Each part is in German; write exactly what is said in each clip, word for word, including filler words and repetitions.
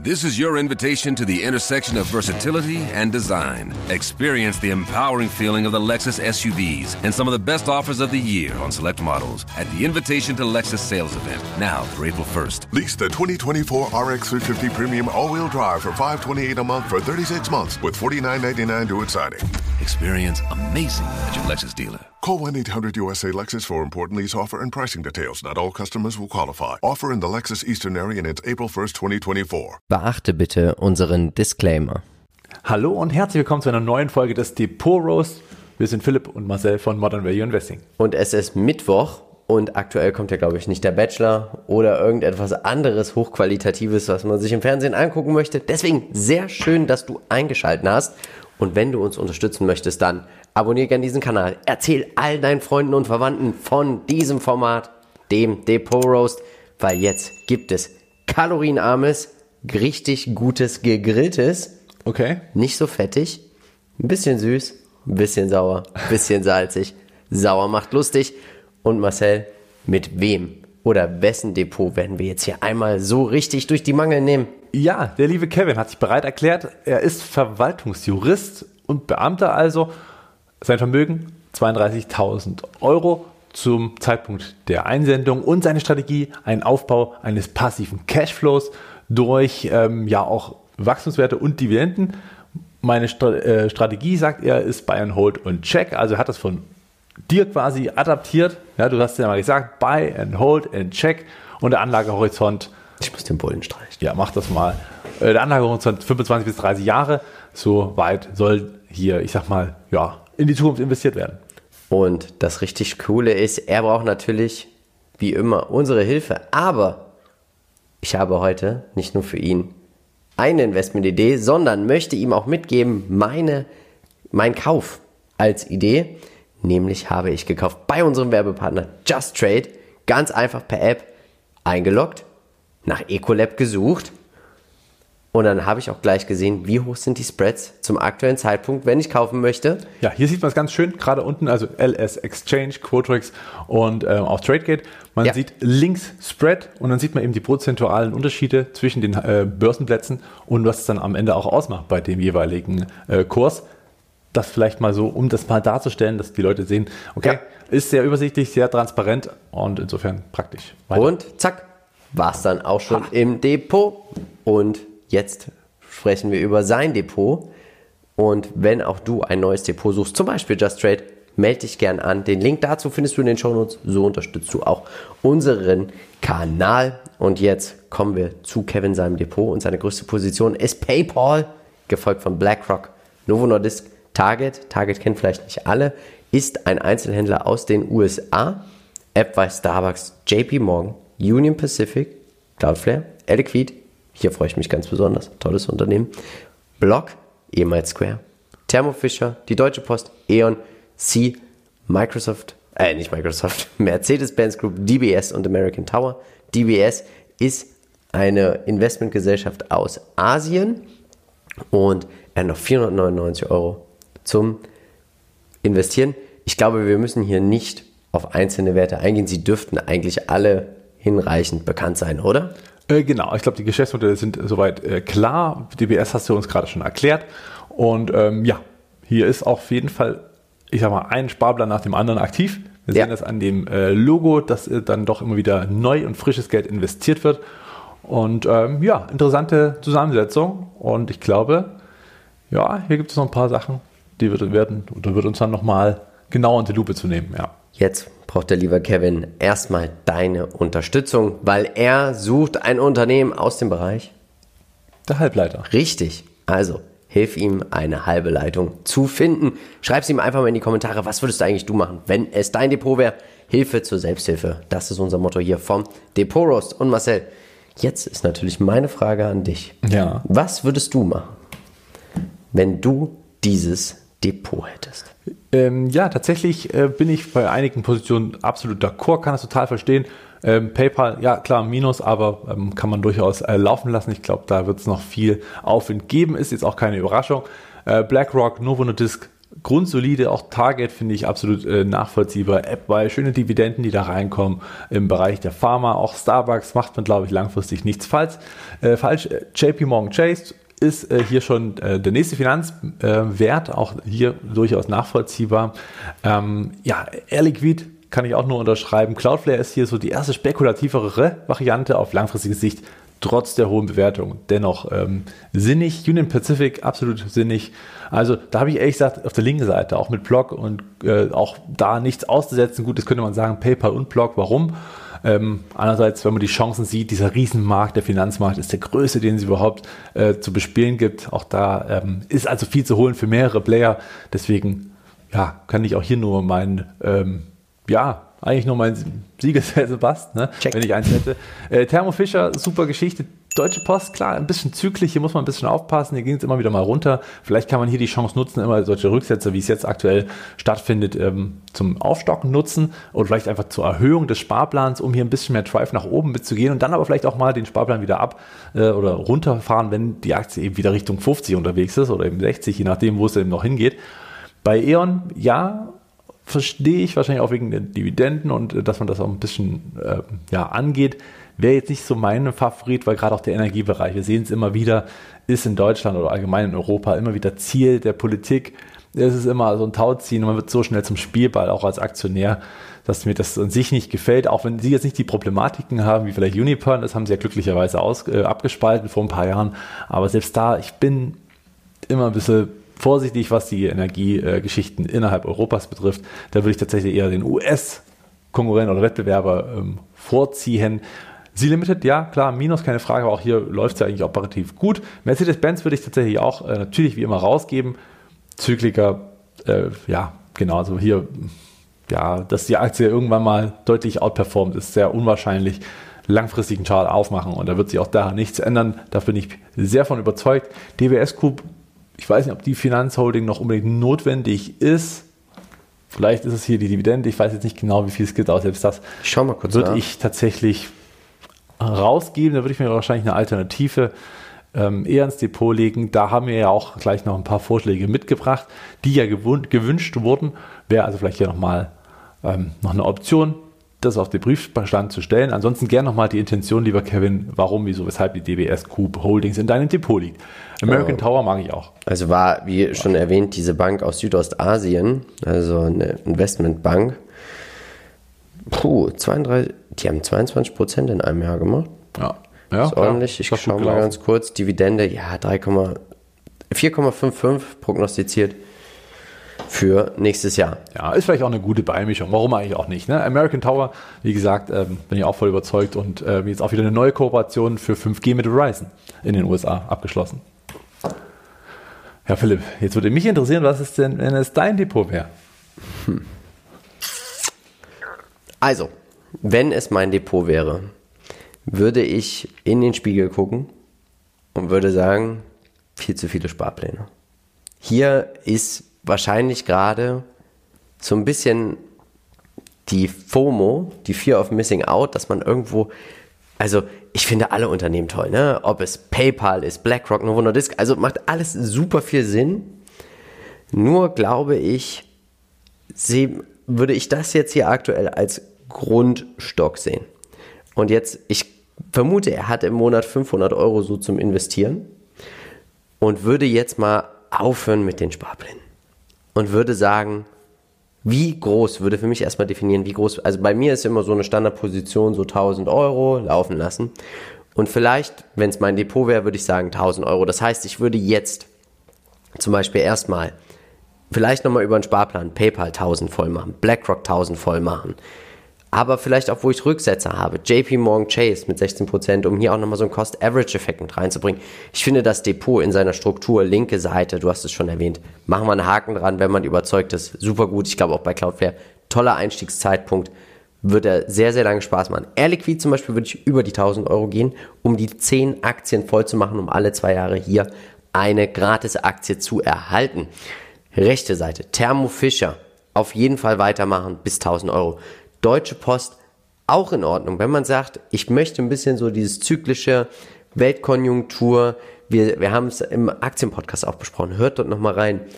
This is your invitation to the intersection of versatility and design. Experience the empowering feeling of the Lexus S U Vs and some of the best offers of the year on select models at the Invitation to Lexus sales event, now through April first. Lease the twenty twenty-four R X three fifty Premium All-Wheel Drive for five hundred twenty-eight dollars a month for thirty-six months with forty-nine ninety-nine due at signing. Experience amazing at your Lexus dealer. Call one eight hundred U S A Lexus for important lease offer and pricing details. Not all customers will qualify. Offer in the Lexus Eastern area and it's April first, twenty twenty-four. Beachte bitte unseren Disclaimer. Hallo und herzlich willkommen zu einer neuen Folge des Depot Roast. Wir sind Philipp und Marcel von Modern Value Investing. Und es ist Mittwoch und aktuell kommt ja, glaube ich, nicht der Bachelor oder irgendetwas anderes Hochqualitatives, was man sich im Fernsehen angucken möchte. Deswegen sehr schön, dass du eingeschaltet hast. Und wenn du uns unterstützen möchtest, dann abonniere gerne diesen Kanal. Erzähl all deinen Freunden und Verwandten von diesem Format, dem Depot Roast, weil jetzt gibt es kalorienarmes, richtig gutes Gegrilltes. Okay. Nicht so fettig, ein bisschen süß, ein bisschen sauer, ein bisschen salzig. Sauer macht lustig. Und Marcel, mit wem oder wessen Depot werden wir jetzt hier einmal so richtig durch die Mangel nehmen? Ja, der liebe Kevin hat sich bereit erklärt. Er ist Verwaltungsjurist und Beamter also. Sein Vermögen zweiunddreißigtausend Euro zum Zeitpunkt der Einsendung und seine Strategie ein Aufbau eines passiven Cashflows durch ähm, ja auch Wachstumswerte und Dividenden. Meine St- äh, Strategie, sagt er, ist Buy and Hold und Check. Also er hat das von dir quasi adaptiert. Ja, du hast ja mal gesagt, Buy and Hold and Check. Und der Anlagehorizont, Ich muss den Bullen streichen. ja, mach das mal. Äh, der Anlagehorizont fünfundzwanzig bis dreißig Jahre. So weit soll hier, ich sag mal, ja, in die Zukunft investiert werden. Und das richtig Coole ist, er braucht natürlich, wie immer, unsere Hilfe. Aber ich habe heute nicht nur für ihn eine Investmentidee, sondern möchte ihm auch mitgeben, meine, mein Kauf als Idee. Nämlich habe ich gekauft bei unserem Werbepartner Just Trade, ganz einfach per App eingeloggt, nach Ecolab gesucht und dann habe ich auch gleich gesehen, wie hoch sind die Spreads zum aktuellen Zeitpunkt, wenn ich kaufen möchte. Ja, hier sieht man es ganz schön, gerade unten, also L S Exchange, Quotrix und ähm, auch TradeGate. Man Ja. sieht links Spread und dann sieht man eben die prozentualen Unterschiede zwischen den äh, Börsenplätzen und was es dann am Ende auch ausmacht bei dem jeweiligen äh, Kurs. Das vielleicht mal so, um das mal darzustellen, dass die Leute sehen, okay, Ja. ist sehr übersichtlich, sehr transparent und insofern praktisch. Weiter. Und zack, war es dann auch schon im Depot. Und jetzt sprechen wir über sein Depot. Und wenn auch du ein neues Depot suchst, zum Beispiel Just Trade, melde dich gern an. Den Link dazu findest du in den Shownotes. So unterstützt du auch unseren Kanal. Und jetzt kommen wir zu Kevin, seinem Depot. Und seine größte Position ist PayPal, gefolgt von BlackRock, Novo Nordisk, Target. Target kennen vielleicht nicht alle. Ist ein Einzelhändler aus den U S A. AppWise, Starbucks, J P Morgan, Union Pacific, Cloudflare, Liquid, hier freue ich mich ganz besonders, tolles Unternehmen, Block, ehemals Square, Thermo Fisher, die Deutsche Post, E.ON, C, Microsoft, äh nicht Microsoft, Mercedes-Benz Group, D B S und American Tower. D B S ist eine Investmentgesellschaft aus Asien und er hat noch vierhundertneunundneunzig Euro zum Investieren. Ich glaube, wir müssen hier nicht auf einzelne Werte eingehen. Sie dürften eigentlich alle hinreichend bekannt sein, oder? Äh, genau, ich glaube, die Geschäftsmodelle sind soweit äh, klar. D B S hast du uns gerade schon erklärt. Und ähm, ja, hier ist auch auf jeden Fall, ich sag mal, ein Sparplan nach dem anderen aktiv. Wir Ja. sehen das an dem äh, Logo, dass äh, dann doch immer wieder neu und frisches Geld investiert wird. Und ähm, ja, interessante Zusammensetzung. Und ich glaube, ja, hier gibt es noch ein paar Sachen, die wird, werden, oder wird uns dann nochmal genau unter die Lupe zu nehmen, ja. Jetzt braucht der liebe Kevin erstmal deine Unterstützung, weil er sucht ein Unternehmen aus dem Bereich. Der Halbleiter. Richtig. Also hilf ihm, eine halbe Leitung zu finden. Schreib es ihm einfach mal in die Kommentare, was würdest du eigentlich du machen, wenn es dein Depot wäre. Hilfe zur Selbsthilfe. Das ist unser Motto hier vom Depot Roast. Und Marcel, jetzt ist natürlich meine Frage an dich. Ja. Was würdest du machen, wenn du dieses Depot hättest? Ähm, ja, tatsächlich äh, bin ich bei einigen Positionen absolut d'accord, kann das total verstehen. Ähm, PayPal, ja klar, Minus, aber ähm, kann man durchaus äh, laufen lassen. Ich glaube, da wird es noch viel Aufwind geben, ist jetzt auch keine Überraschung. Äh, BlackRock, Novo Nordisk, grundsolide, auch Target finde ich absolut äh, nachvollziehbar. App, weil schöne Dividenden, die da reinkommen im Bereich der Pharma, auch Starbucks macht man, glaube ich, langfristig nichts falsch. Äh, falsch. J P Morgan Chase ist äh, hier schon äh, der nächste Finanzwert, äh, auch hier durchaus nachvollziehbar. Ähm, ja, Air Liquide kann ich auch nur unterschreiben. Cloudflare ist hier so die erste spekulativere Variante auf langfristige Sicht, trotz der hohen Bewertung. Dennoch ähm, sinnig. Union Pacific absolut sinnig. Also da habe ich ehrlich gesagt auf der linken Seite auch mit Block und äh, auch da nichts auszusetzen. Gut, das könnte man sagen, PayPal und Block. Warum? Ähm, andererseits, wenn man die Chancen sieht, dieser Riesenmarkt, der Finanzmarkt ist der größte, den es überhaupt äh, zu bespielen gibt. Auch da ähm, ist also viel zu holen für mehrere Player. Deswegen ja, kann ich auch hier nur meinen ähm, ja, eigentlich nur mein Siegessätze passt, ne? Wenn ich eins hätte. Äh, Thermo Fisher, super Geschichte. Deutsche Post, klar, ein bisschen zyklisch, hier muss man ein bisschen aufpassen, hier ging es immer wieder mal runter. Vielleicht kann man hier die Chance nutzen, immer solche Rücksätze, wie es jetzt aktuell stattfindet, ähm, zum Aufstocken nutzen oder vielleicht einfach zur Erhöhung des Sparplans, um hier ein bisschen mehr Drive nach oben mitzugehen und dann aber vielleicht auch mal den Sparplan wieder ab äh, oder runterfahren, wenn die Aktie eben wieder Richtung fünfzig unterwegs ist oder eben sechzig, je nachdem, wo es eben noch hingeht. Bei E.ON, ja, verstehe ich wahrscheinlich auch wegen den Dividenden und äh, dass man das auch ein bisschen äh, ja, angeht. Wäre jetzt nicht so mein Favorit, weil gerade auch der Energiebereich, wir sehen es immer wieder, ist in Deutschland oder allgemein in Europa immer wieder Ziel der Politik. Es ist immer so ein Tauziehen und man wird so schnell zum Spielball, auch als Aktionär, dass mir das an sich nicht gefällt, auch wenn sie jetzt nicht die Problematiken haben, wie vielleicht Uniper, das haben sie ja glücklicherweise aus, äh, abgespalten vor ein paar Jahren, aber selbst da, ich bin immer ein bisschen vorsichtig, was die Energiegeschichten äh, innerhalb Europas betrifft. Da würde ich tatsächlich eher den U S-Konkurrenten oder Wettbewerber ähm, vorziehen. Sie Limited, ja, klar, Minus, keine Frage, aber auch hier läuft es ja eigentlich operativ gut. Mercedes-Benz würde ich tatsächlich auch äh, natürlich wie immer rausgeben. Zykliker, äh, ja, genau, also hier, ja, dass die Aktie irgendwann mal deutlich outperformt, ist sehr unwahrscheinlich. Langfristigen Chart aufmachen und da wird sich auch daran nichts ändern. Da bin ich sehr von überzeugt. D W S Group, ich weiß nicht, ob die Finanzholding noch unbedingt notwendig ist. Vielleicht ist es hier die Dividende, ich weiß jetzt nicht genau, wie viel es gibt, aber selbst das ich schau mal kurz würde nach. ich tatsächlich rausgeben, da würde ich mir wahrscheinlich eine Alternative ähm, eher ins Depot legen. Da haben wir ja auch gleich noch ein paar Vorschläge mitgebracht, die ja gewün- gewünscht wurden. Wäre also vielleicht hier nochmal ähm, noch eine Option, das auf den Prüfstand zu stellen. Ansonsten gerne nochmal die Intention, lieber Kevin, warum, wieso, weshalb die D W S Group Holdings in deinem Depot liegt. American oh. Tower mag ich auch. Also war, wie schon erwähnt, diese Bank aus Südostasien, also eine Investmentbank. Puh, zweiunddreißig, die haben zweiundzwanzig Prozent in einem Jahr gemacht. Ja, ja, das ist ordentlich. Ich schaue mal ganz kurz. Dividende, ja, vier Komma fünfundfünfzig prognostiziert für nächstes Jahr. Ja, ist vielleicht auch eine gute Beimischung. Warum eigentlich auch nicht? Ne? American Tower, wie gesagt, ähm, bin ich auch voll überzeugt und äh, jetzt auch wieder eine neue Kooperation für fünf G mit Verizon in den U S A abgeschlossen. Ja, Philipp, jetzt würde mich interessieren, was ist denn, wenn es dein Depot wäre? Hm. Also, wenn es mein Depot wäre, würde ich in den Spiegel gucken und würde sagen, viel zu viele Sparpläne. Hier ist wahrscheinlich gerade so ein bisschen die FOMO, die Fear of Missing Out, dass man irgendwo, also ich finde alle Unternehmen toll, ne? Ob es PayPal ist, BlackRock, Novo Nordisk, also macht alles super viel Sinn. Nur glaube ich, sie, würde ich das jetzt hier aktuell als Grundstock sehen. Und jetzt, ich vermute, er hat im Monat fünfhundert Euro so zum Investieren und würde jetzt mal aufhören mit den Sparplänen und würde sagen, wie groß, würde für mich erstmal definieren, wie groß, also bei mir ist immer so eine Standardposition, so tausend Euro laufen lassen und vielleicht, wenn es mein Depot wäre, würde ich sagen tausend Euro. Das heißt, ich würde jetzt zum Beispiel erstmal vielleicht nochmal über einen Sparplan PayPal tausend voll machen, BlackRock tausend voll machen, aber vielleicht auch, wo ich Rücksätze habe, J P Morgan Chase mit sechzehn Prozent, um hier auch nochmal so einen Cost-Average-Effekt mit reinzubringen. Ich finde das Depot in seiner Struktur, linke Seite, du hast es schon erwähnt, machen wir einen Haken dran, wenn man überzeugt ist, super gut. Ich glaube auch bei Cloudflare, toller Einstiegszeitpunkt, wird er sehr, sehr lange Spaß machen. Air Liquide zum Beispiel würde ich über die tausend Euro gehen, um die zehn Aktien voll zu machen, um alle zwei Jahre hier eine Gratis-Aktie zu erhalten. Rechte Seite, Thermo Fisher, auf jeden Fall weitermachen bis tausend Euro. Deutsche Post, auch in Ordnung. Wenn man sagt, ich möchte ein bisschen so dieses zyklische Weltkonjunktur, wir, wir haben es im Aktienpodcast auch besprochen, hört dort nochmal rein.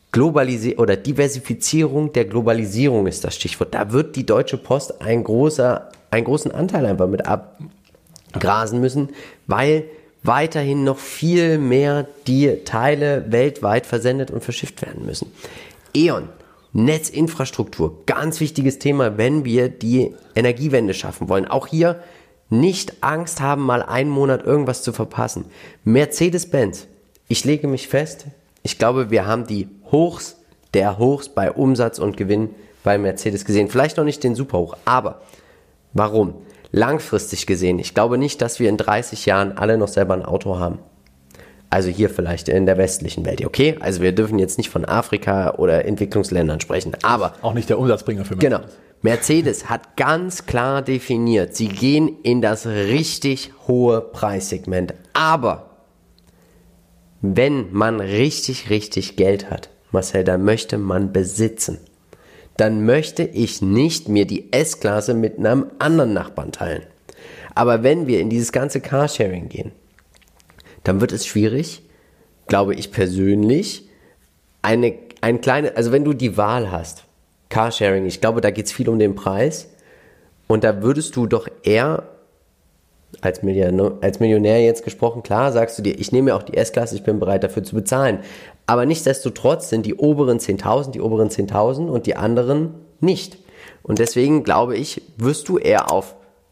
Globalisi- oder Diversifizierung der Globalisierung ist das Stichwort. Da wird die Deutsche Post ein großer, einen großen Anteil einfach mit abgrasen müssen, weil weiterhin noch viel mehr die Teile weltweit versendet und verschifft werden müssen. E.ON, Netzinfrastruktur, ganz wichtiges Thema, wenn wir die Energiewende schaffen wollen. Auch hier nicht Angst haben, mal einen Monat irgendwas zu verpassen. Mercedes-Benz, ich lege mich fest, ich glaube, wir haben die Hochs der Hochs bei Umsatz und Gewinn bei Mercedes gesehen. Vielleicht noch nicht den Superhoch, aber warum? Langfristig gesehen, ich glaube nicht, dass wir in dreißig Jahren alle noch selber ein Auto haben. Also hier vielleicht in der westlichen Welt, okay? Also wir dürfen jetzt nicht von Afrika oder Entwicklungsländern sprechen, aber... Auch nicht der Umsatzbringer für Mercedes. Genau. Mercedes hat ganz klar definiert, sie gehen in das richtig hohe Preissegment. Aber wenn man richtig, richtig Geld hat, Marcel, dann möchte man besitzen. Dann möchte ich nicht mir die S-Klasse mit einem anderen Nachbarn teilen. Aber wenn wir in dieses ganze Carsharing gehen, dann wird es schwierig, glaube ich persönlich, eine, ein kleine, also wenn du die Wahl hast, Carsharing, ich glaube, da geht es viel um den Preis und da würdest du doch eher, als Millionär, als Millionär jetzt gesprochen, klar, sagst du dir, ich nehme ja auch die S-Klasse, ich bin bereit dafür zu bezahlen. Aber nichtsdestotrotz sind die oberen zehntausend, die oberen zehntausend und die anderen nicht. Und deswegen glaube ich, wirst du eher auf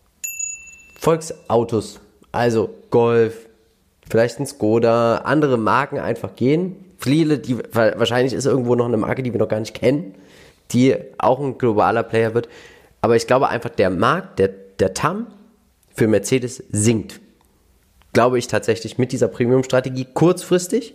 Volksautos, also Golf, vielleicht ein Skoda, andere Marken einfach gehen. Viele, die, wahrscheinlich ist irgendwo noch eine Marke, die wir noch gar nicht kennen, die auch ein globaler Player wird. Aber ich glaube einfach, der Markt, der, der T A M für Mercedes sinkt. Glaube ich tatsächlich mit dieser Premium-Strategie kurzfristig.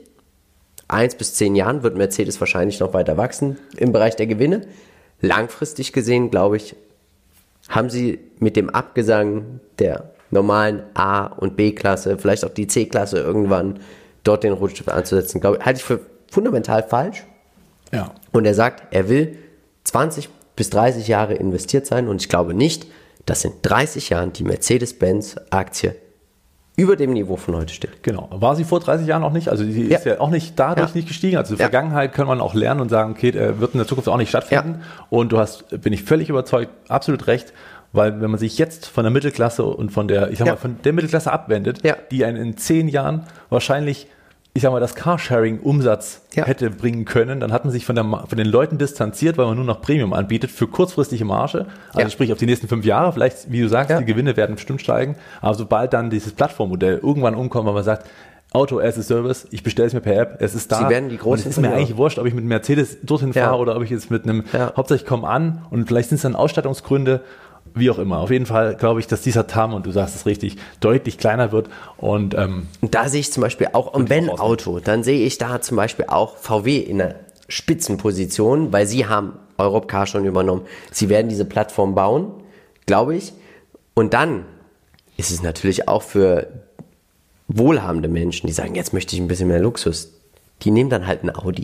Eins bis zehn Jahren wird Mercedes wahrscheinlich noch weiter wachsen im Bereich der Gewinne. Langfristig gesehen, glaube ich, haben sie mit dem Abgesang der normalen A- und B-Klasse, vielleicht auch die C-Klasse irgendwann dort den Rotstift anzusetzen, glaube ich, halte ich für fundamental falsch. Ja. Und er sagt, er will zwanzig bis dreißig Jahre investiert sein und ich glaube nicht, dass in dreißig Jahren die Mercedes-Benz-Aktie über dem Niveau von heute steht. Genau. War sie vor dreißig Jahren auch nicht? Also sie Ja. ist ja auch nicht dadurch Ja. nicht gestiegen. Also in der Ja. Vergangenheit kann man auch lernen und sagen, okay, er wird in der Zukunft auch nicht stattfinden. Ja. Und du hast, bin ich völlig überzeugt, absolut recht, weil wenn man sich jetzt von der Mittelklasse und von der, ich sag Ja. mal, von der Mittelklasse abwendet, Ja. die einen in zehn Jahren wahrscheinlich, ich sag mal, das Carsharing-Umsatz Ja. hätte bringen können, dann hat man sich von, der, von den Leuten distanziert, weil man nur noch Premium anbietet für kurzfristige Marge. Also Ja. sprich auf die nächsten fünf Jahre, vielleicht, wie du sagst, Ja. die Gewinne werden bestimmt steigen. Aber sobald dann dieses Plattformmodell irgendwann umkommt, weil man sagt, Auto as a Service, ich bestelle es mir per App, es ist da. Sie werden die großen und es ist mir Verlierer. eigentlich wurscht, ob ich mit Mercedes dorthin Ja. fahre oder ob ich jetzt mit einem, Ja. Hauptsache ich komme an und vielleicht sind es dann Ausstattungsgründe, wie auch immer. Auf jeden Fall glaube ich, dass dieser T A M, und du sagst es richtig, deutlich kleiner wird und ähm, Und da sehe ich zum Beispiel auch, und wenn Auto, dann sehe ich da zum Beispiel auch V W in der Spitzenposition, weil sie haben Europcar schon übernommen. Sie werden diese Plattform bauen, glaube ich. Und dann ist es natürlich auch für wohlhabende Menschen, die sagen, jetzt möchte ich ein bisschen mehr Luxus. Die nehmen dann halt ein Audi.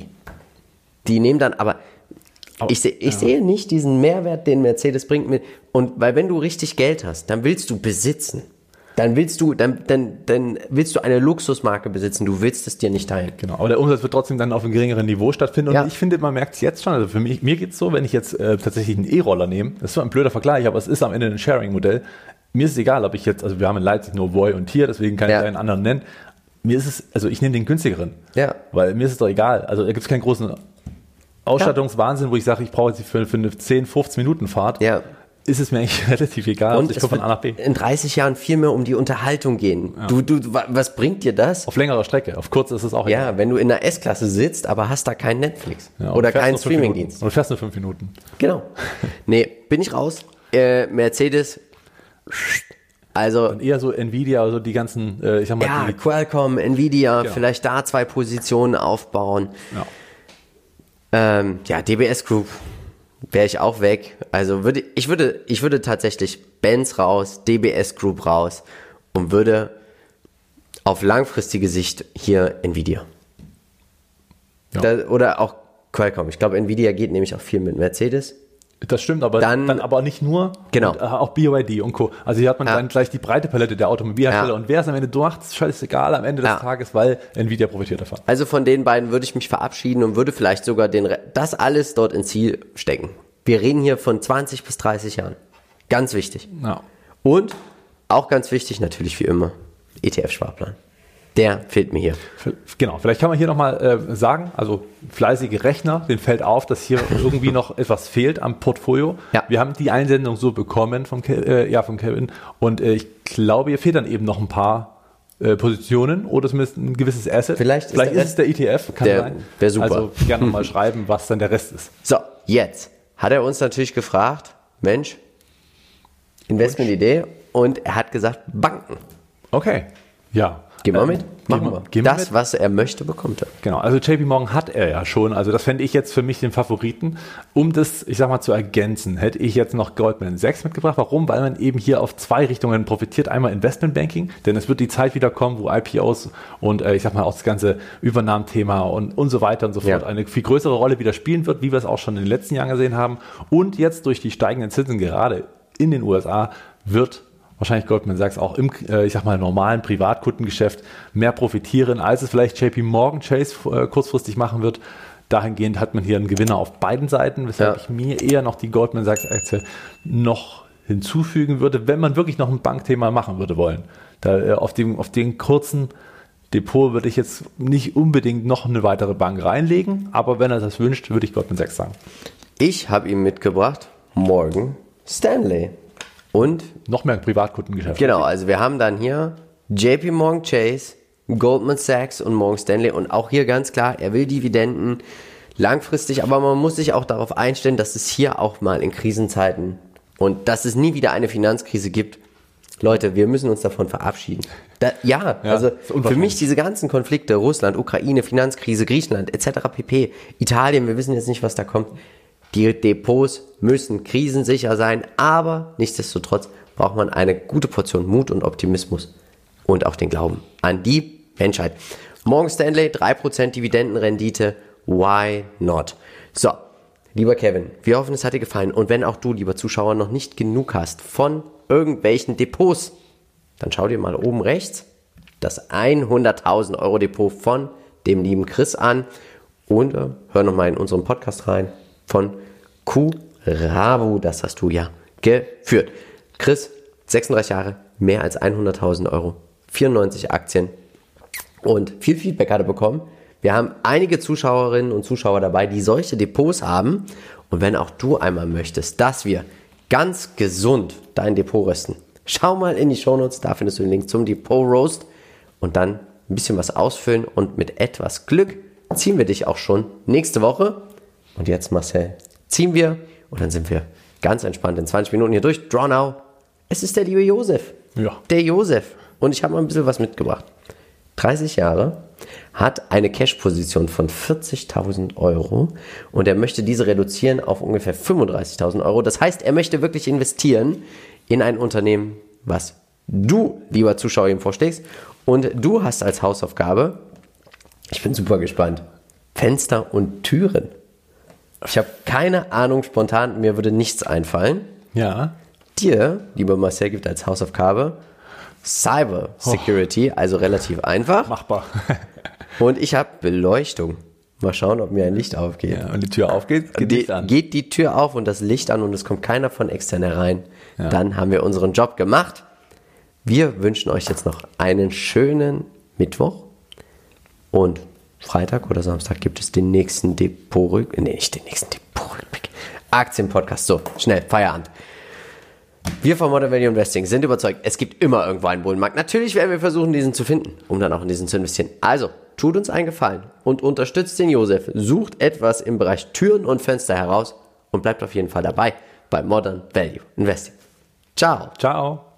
Die nehmen dann, aber ich, seh, ich ja. sehe nicht diesen Mehrwert, den Mercedes bringt mit. Und weil wenn du richtig Geld hast, dann willst du besitzen. Dann willst du, dann, dann, dann willst du eine Luxusmarke besitzen. Du willst es dir nicht teilen. Genau, aber der Umsatz wird trotzdem dann auf einem geringeren Niveau stattfinden. Und Ja. ich finde, man merkt es jetzt schon. Also für mich, mir geht es so, wenn ich jetzt äh, tatsächlich einen E-Roller nehme, das ist so ein blöder Vergleich, aber es ist am Ende ein Sharing-Modell. Mir ist es egal, ob ich jetzt, also wir haben in Leipzig nur Voy und Tier, deswegen kann Ja. ich einen anderen nennen. Mir ist es, also ich nehme den günstigeren. Ja. Weil mir ist es doch egal. Also da gibt es keinen großen Ausstattungswahnsinn, wo ich sage, ich brauche jetzt für, für eine zehn, fünfzehn Minuten Fahrt. Ja. Ist es mir eigentlich relativ egal. Und Also ich es komme von wird A nach B. in dreißig Jahren viel mehr um die Unterhaltung gehen. Du, du, wa- was bringt dir das? Auf längerer Strecke. Auf kurz ist es auch egal. Ja, wenn du in der S-Klasse sitzt, aber hast da keinen Netflix Ja, und oder fährst keinen nur fünf Minuten. Streamingdienst. Und du fährst nur fünf Minuten. Genau. Nee, bin ich raus. Äh, Mercedes, also Und eher so Nvidia, also die ganzen, äh, ich sag mal, ja, die, Qualcomm, Nvidia, Genau. vielleicht da zwei Positionen aufbauen. ja. Ähm, ja, D B S Group wäre ich auch weg. Also würde ich würde ich würde tatsächlich Benz raus, D B S Group raus und würde auf langfristige Sicht hier Nvidia. Ja. Da, oder auch Qualcomm. Ich glaube, Nvidia geht nämlich auch viel mit Mercedes. Das stimmt, aber dann, dann aber nicht nur, genau. Und, äh, auch B Y D und Co. Also hier hat man ja. dann gleich die breite Palette der Automobilhersteller ja. und wer es am Ende macht, ist scheißegal am Ende des ja. Tages, weil Nvidia profitiert davon. Also von den beiden würde ich mich verabschieden und würde vielleicht sogar den Re- das alles dort ins Ziel stecken. Wir reden hier von zwanzig bis dreißig Jahren. Ganz wichtig. Ja. Und auch ganz wichtig, natürlich wie immer, E T F-Sparplan. Der fehlt mir hier. Genau, vielleicht kann man hier nochmal äh, sagen, also fleißige Rechner, denen fällt auf, dass hier irgendwie noch etwas fehlt am Portfolio. Ja. Wir haben die Einsendung so bekommen von, Ke- äh, ja, von Kevin und äh, ich glaube, hier fehlt dann eben noch ein paar äh, Positionen oder zumindest ein gewisses Asset. Vielleicht ist vielleicht der ist es der E T F, kann der- sein. wär super. Also gerne nochmal schreiben, was dann der Rest ist. So, jetzt hat er uns natürlich gefragt, Mensch, Investmentidee, und er hat gesagt, Banken. Okay, ja. Gehen wir Ähm, mit? Machen gehen wir. gehen wir Das, mit? was er möchte, bekommt er. Genau, also J P Morgan hat er ja schon, also das fände ich jetzt für mich den Favoriten. Um das, ich sag mal, zu ergänzen, hätte ich jetzt noch Goldman Sachs mitgebracht. Warum? Weil man eben hier auf zwei Richtungen profitiert. Einmal Investmentbanking, denn es wird die Zeit wieder kommen, wo I P Os und äh, ich sag mal auch das ganze Übernahmthema und, und so weiter und so fort Ja. eine viel größere Rolle wieder spielen wird, wie wir es auch schon in den letzten Jahren gesehen haben. Und jetzt durch die steigenden Zinsen gerade in den U S A wird wahrscheinlich Goldman Sachs auch im, äh, ich sag mal, normalen Privatkundengeschäft mehr profitieren, als es vielleicht J P Morgan Chase äh, kurzfristig machen wird. Dahingehend hat man hier einen Gewinner auf beiden Seiten, weshalb Ja. ich mir eher noch die Goldman Sachs Aktie noch hinzufügen würde, wenn man wirklich noch ein Bankthema machen würde wollen. Da, äh, auf, dem, auf den kurzen Depot würde ich jetzt nicht unbedingt noch eine weitere Bank reinlegen, aber wenn er das wünscht, würde ich Goldman Sachs sagen. Ich habe ihm mitgebracht Morgan Stanley. Und Noch mehr Privatkundengeschäft. genau, also wir haben dann hier J P Morgan Chase, Goldman Sachs und Morgan Stanley. Und auch hier ganz klar, er will Dividenden langfristig, aber man muss sich auch darauf einstellen, dass es hier auch mal in Krisenzeiten und dass es nie wieder eine Finanzkrise gibt. Leute, wir müssen uns davon verabschieden. Da, ja, Ja, also ist für unwahrscheinlich. mich diese ganzen Konflikte, Russland, Ukraine, Finanzkrise, Griechenland et cetera pp., Italien, wir wissen jetzt nicht, was da kommt. Die Depots müssen krisensicher sein, aber nichtsdestotrotz braucht man eine gute Portion Mut und Optimismus und auch den Glauben an die Menschheit. Morgan Stanley, drei Prozent Dividendenrendite, why not? So, lieber Kevin, wir hoffen, es hat dir gefallen. Und wenn auch du, lieber Zuschauer, noch nicht genug hast von irgendwelchen Depots, dann schau dir mal oben rechts das hunderttausend Euro Depot von dem lieben Chris an und äh, hör nochmal in unseren Podcast rein von Kurabu, das hast du ja geführt. Chris, sechsunddreißig Jahre, mehr als hunderttausend Euro, vierundneunzig Aktien und viel Feedback hat er bekommen. Wir haben einige Zuschauerinnen und Zuschauer dabei, die solche Depots haben. Und wenn auch du einmal möchtest, dass wir ganz gesund dein Depot rösten, schau mal in die Shownotes, da findest du den Link zum Depot Roast und dann ein bisschen was ausfüllen und mit etwas Glück ziehen wir dich auch schon nächste Woche. Und jetzt, Marcel, ziehen wir und dann sind wir ganz entspannt in zwanzig Minuten hier durch. Draw now. Es ist der liebe Josef. Ja. Der Josef. Und ich habe mal ein bisschen was mitgebracht. dreißig Jahre, hat eine Cash-Position von vierzigtausend Euro und er möchte diese reduzieren auf ungefähr fünfunddreißigtausend Euro. Das heißt, er möchte wirklich investieren in ein Unternehmen, was du, lieber Zuschauer, ihm vorschlägst. Und du hast als Hausaufgabe, ich bin super gespannt, Fenster und Türen. Ich habe keine Ahnung, spontan, mir würde nichts einfallen. Ja. Dir, lieber Marcel, gibt als Hausaufgabe Cyber Security, oh. also relativ einfach. Machbar. Und ich habe Beleuchtung. Mal schauen, ob mir ein Licht aufgeht. Ja, und die Tür aufgeht, geht die, Licht an. Geht die Tür auf und das Licht an und es kommt keiner von extern herein. Ja. Dann haben wir unseren Job gemacht. Wir wünschen euch jetzt noch einen schönen Mittwoch und Freitag oder Samstag gibt es den nächsten Depot-Rückblick. Nee, nicht den nächsten Depot-Rückblick. Aktienpodcast. So, schnell, Feierabend. Wir von Modern Value Investing sind überzeugt, es gibt immer irgendwo einen Bullenmarkt. Natürlich werden wir versuchen, diesen zu finden, um dann auch in diesen zu investieren. Also, tut uns einen Gefallen und unterstützt den Josef. Sucht etwas im Bereich Türen und Fenster heraus und bleibt auf jeden Fall dabei bei Modern Value Investing. Ciao. Ciao.